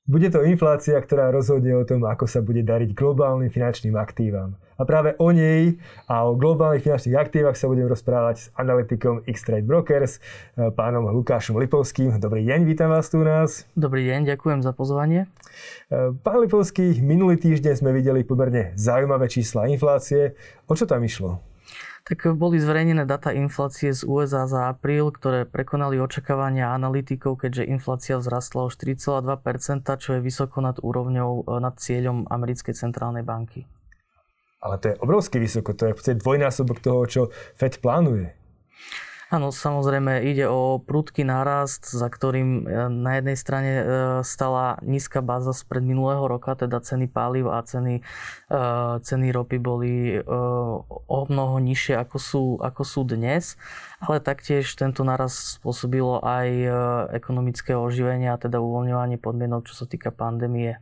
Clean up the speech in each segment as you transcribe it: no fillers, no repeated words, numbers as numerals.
Bude to inflácia, ktorá rozhodne o tom, ako sa bude dariť globálnym finančným aktívam. A práve o nej a o globálnych finančných aktívach sa budem rozprávať s analytikom X-Trade Brokers, pánom Lukášom Lipovským. Dobrý deň, vítam vás tu u nás. Dobrý deň, ďakujem za pozvanie. Pán Lipovský, minulý týždeň sme videli pomerne zaujímavé čísla inflácie. O čo tam išlo? Tak boli zverejnené data inflácie z USA za apríl, ktoré prekonali očakávania analytikov, keďže inflácia vzrastla o 4,2%, čo je vysoko nad úrovňou, nad cieľom americkej centrálnej banky. Ale to je obrovsky vysoko, to je v podstate dvojnásobok toho, čo Fed plánuje. Áno, samozrejme ide o prudký nárast, za ktorým na jednej strane stala nízka báza spred minulého roka, teda ceny palív a ceny ropy boli o mnoho nižšie ako sú dnes, ale taktiež tento nárast spôsobilo aj ekonomické oživenie a teda uvoľňovanie podmienok, čo sa týka pandémie.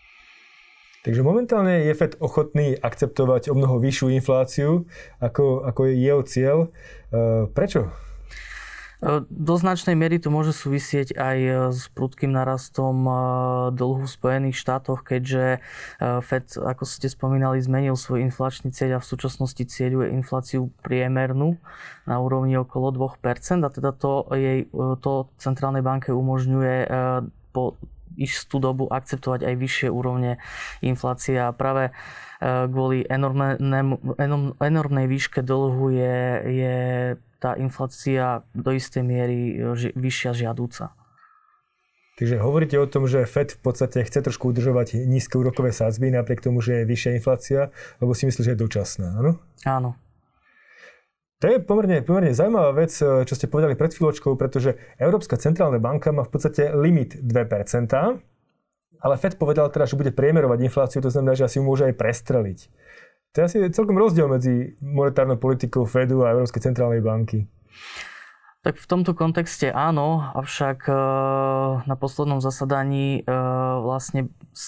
Takže momentálne je Fed ochotný akceptovať o mnoho vyššiu infláciu, ako je jeho cieľ. Prečo? Do značnej miery to môže súvisieť aj s prudkým narastom dlhu v Spojených štátoch, keďže Fed, ako ste spomínali, zmenil svoj inflačný cieľ a v súčasnosti cieľuje infláciu priemernú na úrovni okolo 2%, a teda to centrálnej banke umožňuje po istú dobu akceptovať aj vyššie úrovne inflácie, a práve kvôli enormnej výške dlhu je tá inflácia do istej miery vyššia žiadúca. Takže hovoríte o tom, že Fed v podstate chce trošku udržovať nízke úrokové sadzby napriek tomu, že je vyššia inflácia, lebo si myslí, že je dočasná, áno? Áno. To je pomerne zaujímavá vec, čo ste povedali pred chvíľočkou, pretože Európska centrálna banka má v podstate limit 2%, ale Fed povedal teda, že bude priemerovať infláciu, to znamená, že asi môže aj prestreliť. To je asi celkom rozdiel medzi monetárnou politikou Fedu a Európskej centrálnej banky. Tak v tomto kontexte áno, avšak na poslednom zasadaní vlastne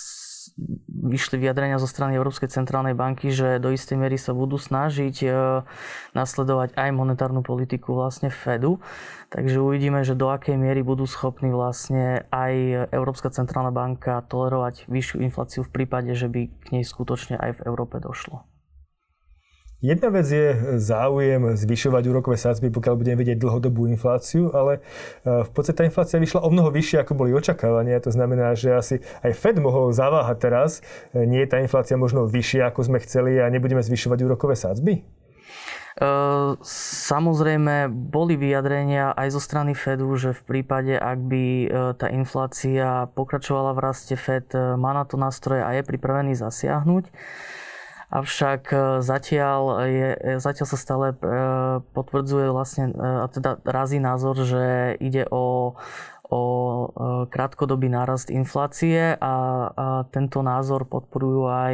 vyšli vyjadrenia zo strany Európskej centrálnej banky, že do istej miery sa budú snažiť nasledovať aj monetárnu politiku vlastne Fedu. Takže uvidíme, že do akej miery budú schopní vlastne aj Európska centrálna banka tolerovať vyššiu infláciu v prípade, že by k nej skutočne aj v Európe došlo. Jedna vec je záujem zvyšovať úrokové sadzby, pokiaľ budeme vidieť dlhodobú infláciu, ale v podstate tá inflácia vyšla o mnoho vyššie, ako boli očakávania. To znamená, že asi aj Fed mohol zaváhať teraz. Nie je tá inflácia možno vyššia, ako sme chceli, a nebudeme zvyšovať úrokové sadzby? Samozrejme, boli vyjadrenia aj zo strany Fedu, že v prípade, ak by tá inflácia pokračovala v raste, Fed má na to nástroje a je pripravený zasiahnuť. Avšak zatiaľ sa stále potvrdzuje vlastne, a teda razí názor, že ide o krátkodobý nárast inflácie, a tento názor podporujú aj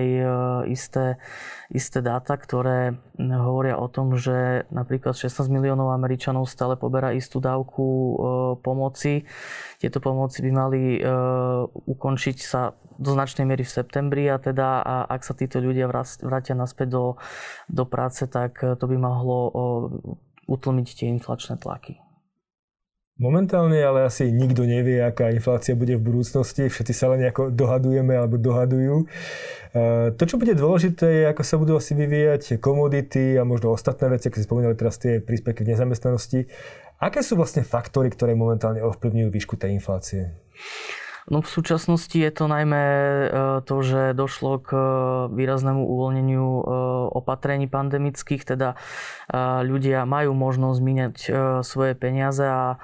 isté dáta, ktoré hovoria o tom, že napríklad 16 miliónov Američanov stále poberá istú dávku pomoci. Tieto pomoci by mali ukončiť sa do značnej miery v septembri, a teda ak sa títo ľudia vrátia naspäť do práce, tak to by mohlo utlmiť tie inflačné tlaky. Momentálne ale asi nikto nevie, aká inflácia bude v budúcnosti. Všetci sa len nejako dohadujeme alebo dohadujú. To, čo bude dôležité, je, ako sa budú asi vyvíjať komodity a možno ostatné veci, ako ste spomínali teraz tie príspevky v nezamestnanosti. Aké sú vlastne faktory, ktoré momentálne ovplyvňujú výšku tej inflácie? No, v súčasnosti je to najmä to, že došlo k výraznému uvoľneniu opatrení pandemických, teda ľudia majú možnosť míňať svoje peniaze, a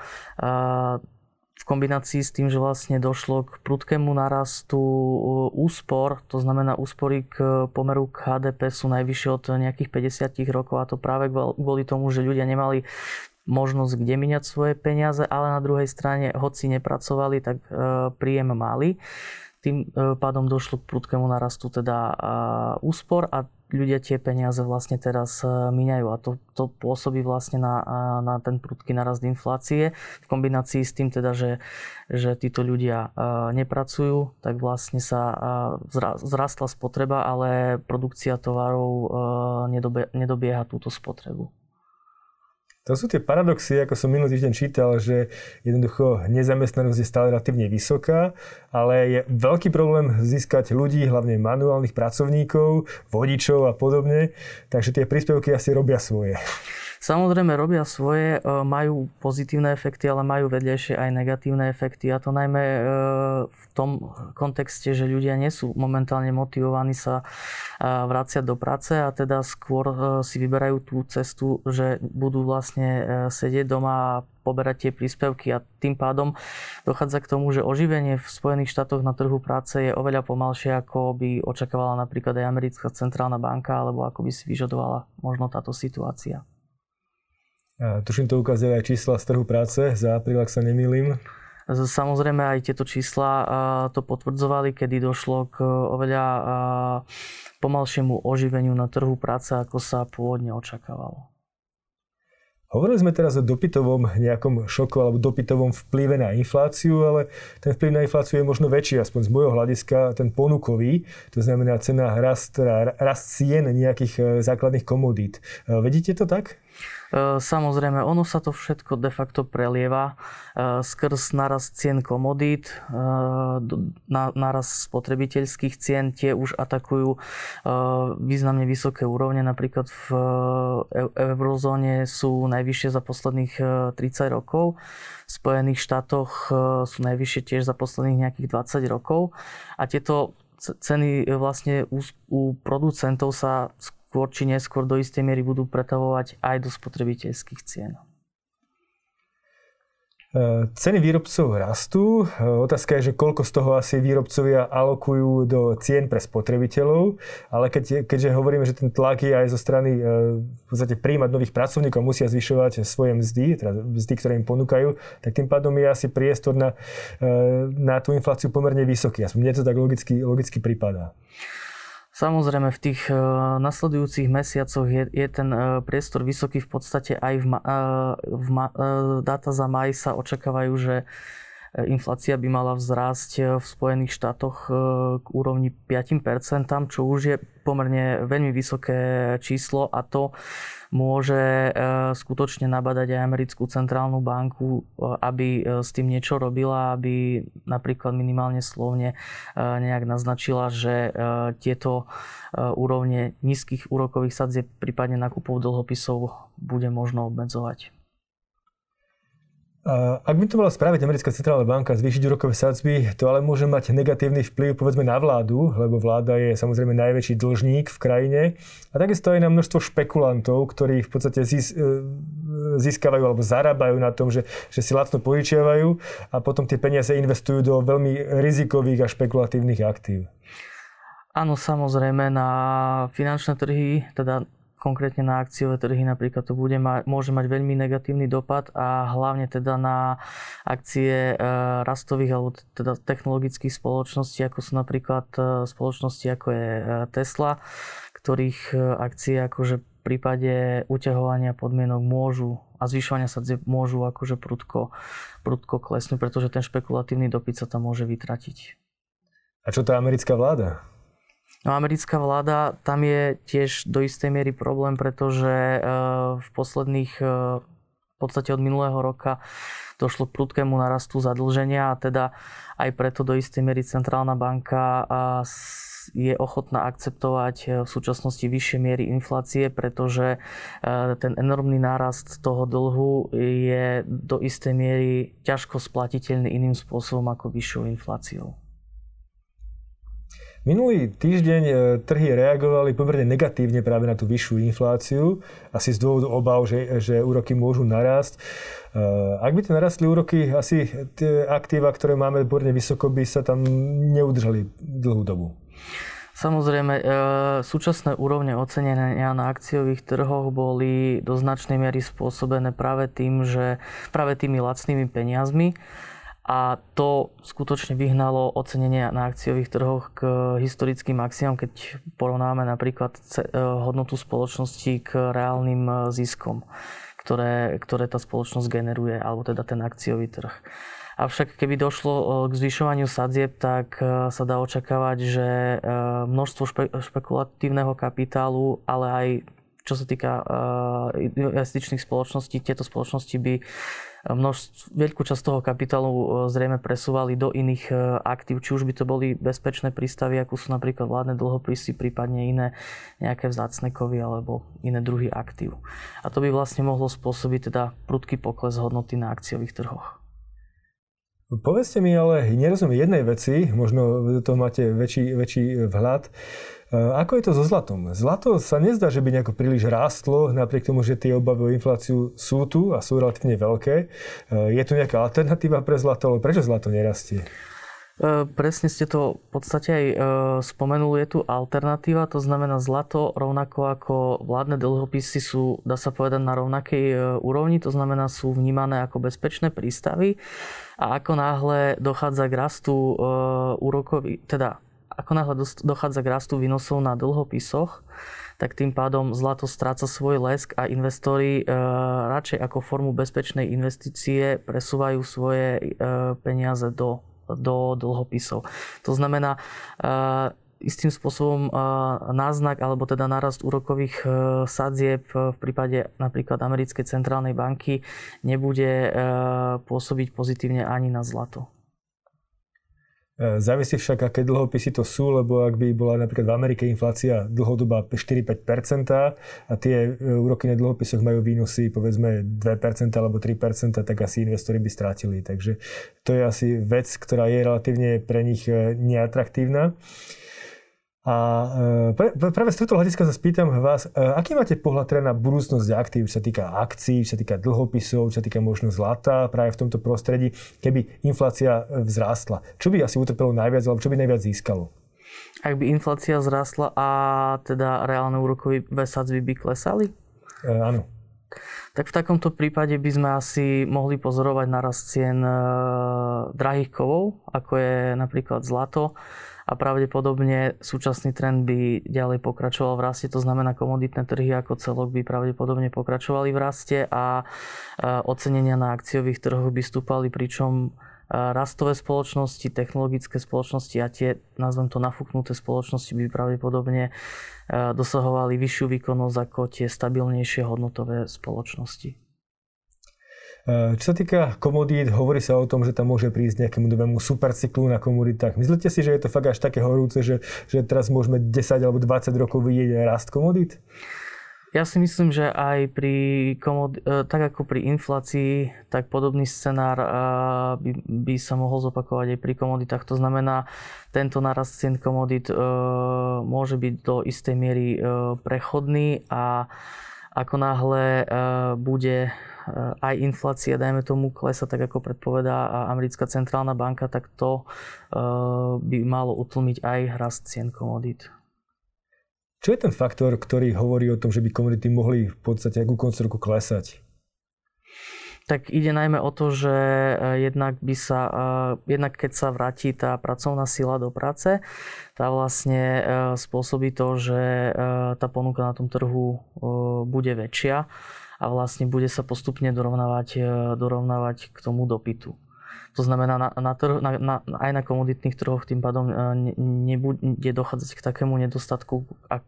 v kombinácii s tým, že vlastne došlo k prudkému narastu úspor, to znamená úspory k pomeru k HDP sú najvyššie od nejakých 50 rokov, a to práve kvôli tomu, že ľudia nemali možnosť kde míňať svoje peniaze, ale na druhej strane, hoci nepracovali, tak príjem mali. Tým pádom došlo k prudkému narastu teda úspor, a ľudia tie peniaze vlastne teraz míňajú, a to pôsobí vlastne na ten prudký narast inflácie. V kombinácii s tým teda, že títo ľudia nepracujú, tak vlastne sa vzrastla spotreba, ale produkcia tovarov nedobieha túto spotrebu. To sú tie paradoxy, ako som minulý týždeň čítal, že jednoducho nezamestnanosť je stále relatívne vysoká, ale je veľký problém získať ľudí, hlavne manuálnych pracovníkov, vodičov a podobne. Takže tie príspevky asi robia svoje. Samozrejme robia svoje, majú pozitívne efekty, ale majú vedľajšie aj negatívne efekty. A to najmä v tom kontexte, že ľudia nie sú momentálne motivovaní sa vraciať do práce a teda skôr si vyberajú tú cestu, že budú vlastne sedieť doma a poberať tie príspevky a tým pádom dochádza k tomu, že oživenie v Spojených štátoch na trhu práce je oveľa pomalšie, ako by očakávala napríklad aj americká centrálna banka alebo ako by si vyžadovala možno táto situácia. Tuším, to ukázali aj čísla z trhu práce za apríl, ak sa nemýlim. Samozrejme aj tieto čísla to potvrdzovali, kedy došlo k oveľa pomalšiemu oživeniu na trhu práce, ako sa pôvodne očakávalo. Hovorili sme teraz o dopytovom nejakom šoku alebo dopytovom vplyve na infláciu, ale ten vplyv na infláciu je možno väčší, aspoň z môjho hľadiska, ten ponukový, to znamená cena rast cien nejakých základných komodít. Vidíte to tak? Samozrejme, ono sa to všetko de facto prelieva skrz narast cien komodít, narast spotrebiteľských cien, tie už atakujú významne vysoké úrovne, napríklad v eurozóne sú najvyššie za posledných 30 rokov, v Spojených štátoch sú najvyššie tiež za posledných nejakých 20 rokov a tieto ceny vlastne u producentov sa skôr či neskôr do istej miery budú pretavovať aj do spotrebiteľských cien. Ceny výrobcov rastú. Otázka je, že koľko z toho asi výrobcovia alokujú do cien pre spotrebiteľov, ale keďže hovoríme, že ten tlak je aj zo strany v podstate prijímať nových pracovníkov, musia zvyšovať svoje mzdy, teda mzdy, ktoré im ponúkajú, tak tým pádom je asi priestor na tú infláciu pomerne vysoký. Aspoň mne to tak logicky pripadá. Samozrejme, v tých nasledujúcich mesiacoch je ten priestor vysoký. V podstate aj dáta za maj sa očakávajú, že inflácia by mala vzrásť v Spojených štátoch k úrovni 5%, čo už je pomerne veľmi vysoké číslo a to môže skutočne nabadať aj americkú centrálnu banku, aby s tým niečo robila, aby napríklad minimálne slovne nejak naznačila, že tieto úrovne nízkych úrokových sadzieb, prípadne nákupov dlhopisov bude možno obmedzovať. Ak by to mala spraviť americká centrálna banka, zvýšiť úrokové sadzby, to ale môže mať negatívny vplyv povedzme na vládu, lebo vláda je samozrejme najväčší dlžník v krajine a takisto aj na množstvo špekulantov, ktorí v podstate získavajú alebo zarábajú na tom, že si lacno požičiavajú a potom tie peniaze investujú do veľmi rizikových a špekulatívnych aktív. Áno, samozrejme na finančné trhy, teda konkrétne na akciové trhy napríklad to môže mať veľmi negatívny dopad a hlavne teda na akcie rastových alebo teda technologických spoločností, ako sú napríklad spoločnosti ako je Tesla, ktorých akcie akože v prípade uťahovania podmienok môžu a zvyšovania sadzieb môžu akože prudko klesnúť, pretože ten špekulatívny dopyt sa tam môže vytratiť. A čo tá americká vláda? No, americká vláda, tam je tiež do istej miery problém, pretože v podstate od minulého roka došlo k prudkému narastu zadlženia a teda aj preto do istej miery centrálna banka je ochotná akceptovať v súčasnosti vyššie miery inflácie, pretože ten enormný nárast toho dlhu je do istej miery ťažko splatiteľný iným spôsobom ako vyššou infláciou. Minulý týždeň trhy reagovali pomerne negatívne práve na tú vyššiu infláciu, asi z dôvodu obáv, že úroky môžu narásť. Ak by to narastli úroky, asi tie aktíva, ktoré máme pomerne vysoko, by sa tam neudržali dlhú dobu. Samozrejme, súčasné úrovne ocenenia na akciových trhoch boli do značnej miery spôsobené práve tými lacnými peniazmi. A to skutočne vyhnalo ocenenie na akciových trhoch k historickým maximám, keď porovnáme napríklad hodnotu spoločnosti k reálnym ziskom, ktoré tá spoločnosť generuje, alebo teda ten akciový trh. Avšak keby došlo k zvyšovaniu sadzieb, tak sa dá očakávať, že množstvo špekulatívneho kapitálu, ale aj čo sa týka investičných spoločností, tieto spoločnosti by veľkú časť toho kapitálu zrejme presúvali do iných aktív, či už by to boli bezpečné prístavy, ako sú napríklad vládne dlhopisy, prípadne iné nejaké vzácne kovy alebo iné druhy aktív. A to by vlastne mohlo spôsobiť teda prudký pokles hodnoty na akciových trhoch. Povedzte mi, ale nerozumiem jednej veci, možno do toho máte väčší vhľad. Ako je to so zlatom? Zlato sa nezdá, že by nejako príliš rástlo, napriek tomu, že tie obavy o infláciu sú tu a sú relatívne veľké. Je tu nejaká alternatíva pre zlato, ale prečo zlato nerastie? Presne ste to v podstate aj spomenuli, je tu alternatíva, to znamená zlato rovnako ako vládne dlhopisy sú, dá sa povedať, na rovnakej úrovni, to znamená sú vnímané ako bezpečné prístavy a ako náhle dochádza k rastu úrokových, teda ako náhle dochádza k rastu výnosov na dlhopisoch, tak tým pádom zlato stráca svoj lesk a investori radšej ako formu bezpečnej investície presúvajú svoje peniaze do dlhopisov. To znamená, istým spôsobom náznak alebo teda nárast úrokových sadzieb v prípade napríklad americkej centrálnej banky nebude pôsobiť pozitívne ani na zlato. Závisí však, aké dlhopisy to sú, lebo ak by bola napríklad v Amerike inflácia dlhodobá 4-5% a tie úroky na dlhopisoch majú výnosy povedzme 2% alebo 3%, tak asi investori by strátili. Takže to je asi vec, ktorá je relatívne pre nich neatraktívna. A práve z tohto hľadiska sa spýtam vás, aký máte pohľad teda na budúcnosť aktív, čo sa týka akcií, čo sa týka dlhopisov, čo sa týka možno zlata práve v tomto prostredí, keby inflácia vzrástla. Čo by asi utrpelo najviac, alebo čo by najviac získalo? Ak by inflácia vzrástla a teda reálne úrokové sadzby by klesali? Áno. Tak v takomto prípade by sme asi mohli pozorovať narast cien drahých kovov, ako je napríklad zlato. A pravdepodobne súčasný trend by ďalej pokračoval v raste, to znamená komoditné trhy ako celok by pravdepodobne pokračovali v raste a ocenenia na akciových trhoch by stúpali, pričom rastové spoločnosti, technologické spoločnosti a tie, nazvem to, nafúknuté spoločnosti by pravdepodobne dosahovali vyššiu výkonnosť ako tie stabilnejšie hodnotové spoločnosti. Čo sa týka komodít, hovorí sa o tom, že tam môže prísť nejakému novému supercyklu na komoditách. Myslíte si, že je to fakt až také horúce, že teraz môžeme 10 alebo 20 rokov vidieť rast komodít? Ja si myslím, že aj tak ako pri inflácii, tak podobný scenár by sa mohol zopakovať aj pri komoditách. To znamená, tento narast cien komodít môže byť do istej miery prechodný a ako náhle bude aj inflácia, dajme tomu, klesa, tak ako predpovedá americká centrálna banka, tak to by malo utlmiť aj rast cien komodít. Čo je ten faktor, ktorý hovorí o tom, že by komodity mohli v podstate ku koncu roku klesať? Tak ide najmä o to, že jednak keď sa vráti tá pracovná sila do práce, tá vlastne spôsobí to, že tá ponuka na tom trhu bude väčšia a vlastne bude sa postupne dorovnávať k tomu dopytu. To znamená, aj na komoditných trhoch tým pádom nebude dochádzať k takému nedostatku,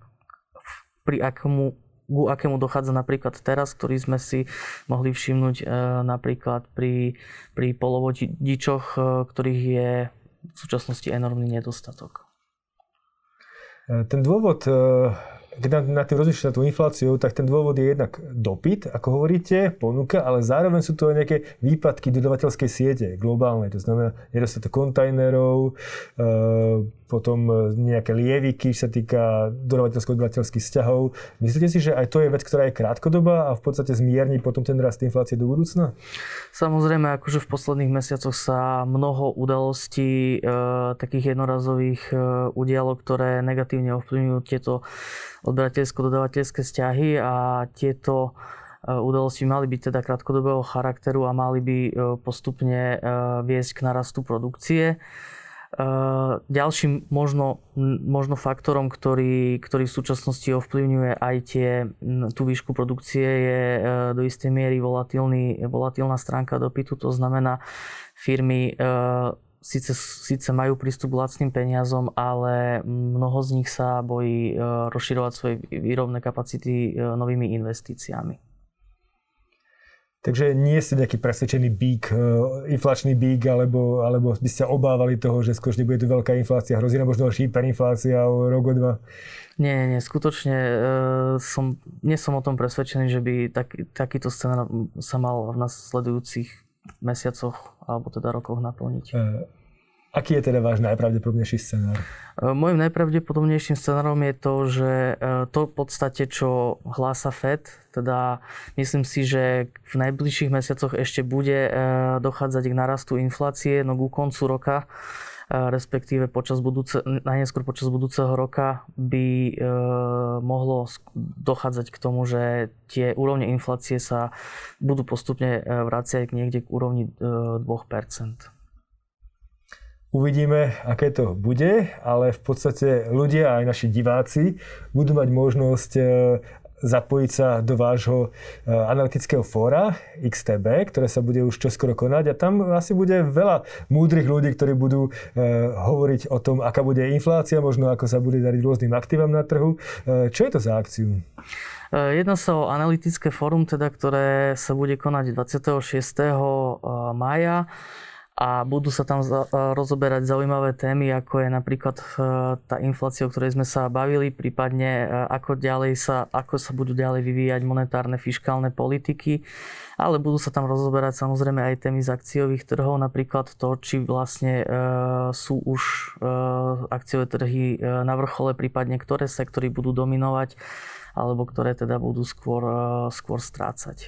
ku akému dochádza napríklad teraz, ktorý sme si mohli všimnúť napríklad pri polovodičoch, ktorých je v súčasnosti enormný nedostatok. Ten dôvod, keď na tým rozlišíte tú infláciu, tak ten dôvod je jednak dopyt, ako hovoríte, ponuka, ale zároveň sú to aj nejaké výpadky dodavateľskej siete globálnej. To znamená nedostatok kontajnerov, potom nejaké lieviky, čo sa týka dodavateľsko-odberateľských vzťahov. Myslíte si, že aj to je vec, ktorá je krátkodobá a v podstate zmierni potom ten rast inflácie do budúcna? Samozrejme, akože v posledných mesiacoch sa mnoho udalostí takých jednorazových udialo, ktoré negatívne ovplyvňujú tieto odberateľsko-dodavateľské vzťahy a tieto udalosti mali byť teda krátkodobého charakteru a mali by postupne viesť k narastu produkcie. Ďalším možno faktorom, ktorý v súčasnosti ovplyvňuje aj tú výšku produkcie, je do istej miery volatilná stránka dopytu. To znamená, firmy síce majú prístup k lacným peniazom, ale mnoho z nich sa bojí rozširovať svoje výrobné kapacity novými investíciami. Takže nie ste nejaký presvedčený bík, inflačný bík, alebo by ste obávali toho, že skôr bude tu veľká inflácia, hrozí nám možno hyperinflácia o rok, o dva? Nie, skutočne nie som o tom presvedčený, že by takýto scenár sa mal v nasledujúcich mesiacoch alebo teda rokoch naplniť. Aký je teda váš najpravdepodobnejší scenár? Mojím najpravdepodobnejším scenárom je to, že to v podstate, čo hlása FED, teda myslím si, že v najbližších mesiacoch ešte bude dochádzať k narastu inflácie, no ku koncu roka, respektíve najneskôr počas budúceho roka by mohlo dochádzať k tomu, že tie úrovne inflácie sa budú postupne vraciať niekde k úrovni 2%. Uvidíme, aké to bude, ale v podstate ľudia, aj naši diváci, budú mať možnosť zapojiť sa do vášho analytického fóra XTB, ktoré sa bude už čoskoro konať a tam asi bude veľa múdrych ľudí, ktorí budú hovoriť o tom, aká bude inflácia, možno ako sa bude dariť rôznym aktívam na trhu. Čo je to za akciu? Jedná sa o analytické fórum, teda, ktoré sa bude konať 26. mája. A budú sa tam rozoberať zaujímavé témy, ako je napríklad tá inflácia, o ktorej sme sa bavili, prípadne ako sa budú ďalej vyvíjať monetárne fiškálne politiky. Ale budú sa tam rozoberať samozrejme aj témy z akciových trhov, napríklad to, či vlastne sú už akciové trhy na vrchole, prípadne ktoré sektory budú dominovať, alebo ktoré teda budú skôr strácať.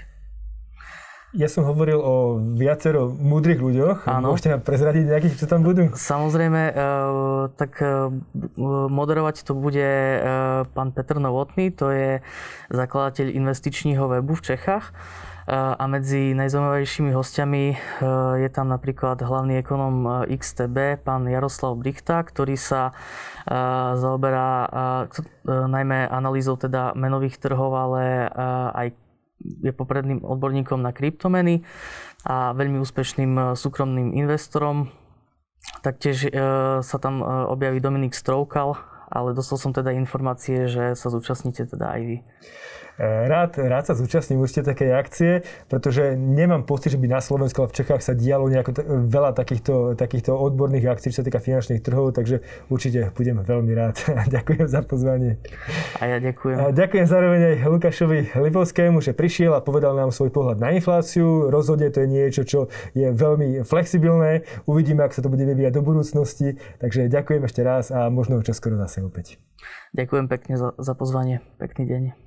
Ja som hovoril o viacero múdrych ľuďoch. Áno. Môžete nám prezradiť nejakých, čo tam budú? Samozrejme, tak moderovať to bude pán Petr Novotný, to je zakladateľ investičního webu v Čechách. A medzi najzaujímavejšími hostiami je tam napríklad hlavný ekonom XTB, pán Jaroslav Brichta, ktorý sa zaoberá najmä analýzou teda menových trhov, ale aj je popredným odborníkom na kryptomeny a veľmi úspešným súkromným investorom. Taktiež sa tam objaví Dominik Stroukal, ale dostal som teda informácie, že sa zúčastníte teda aj vy. Rád sa zúčastním určite takej akcie, pretože nemám pocit, že by na Slovensku a v Čechách sa dialo nejako veľa takýchto odborných akcií, čo sa týka finančných trhov, takže určite budem veľmi rád. Ďakujem za pozvanie. A ja ďakujem. A ďakujem zároveň aj Lukášovi Lipovskému, že prišiel a povedal nám svoj pohľad na infláciu. Rozhodne to je niečo, čo je veľmi flexibilné. Uvidíme, ako sa to bude vyvíjať do budúcnosti. Takže ďakujem ešte raz a možno čoskoro zase opäť. Ďakujem pekne za pozvanie. Pekný deň.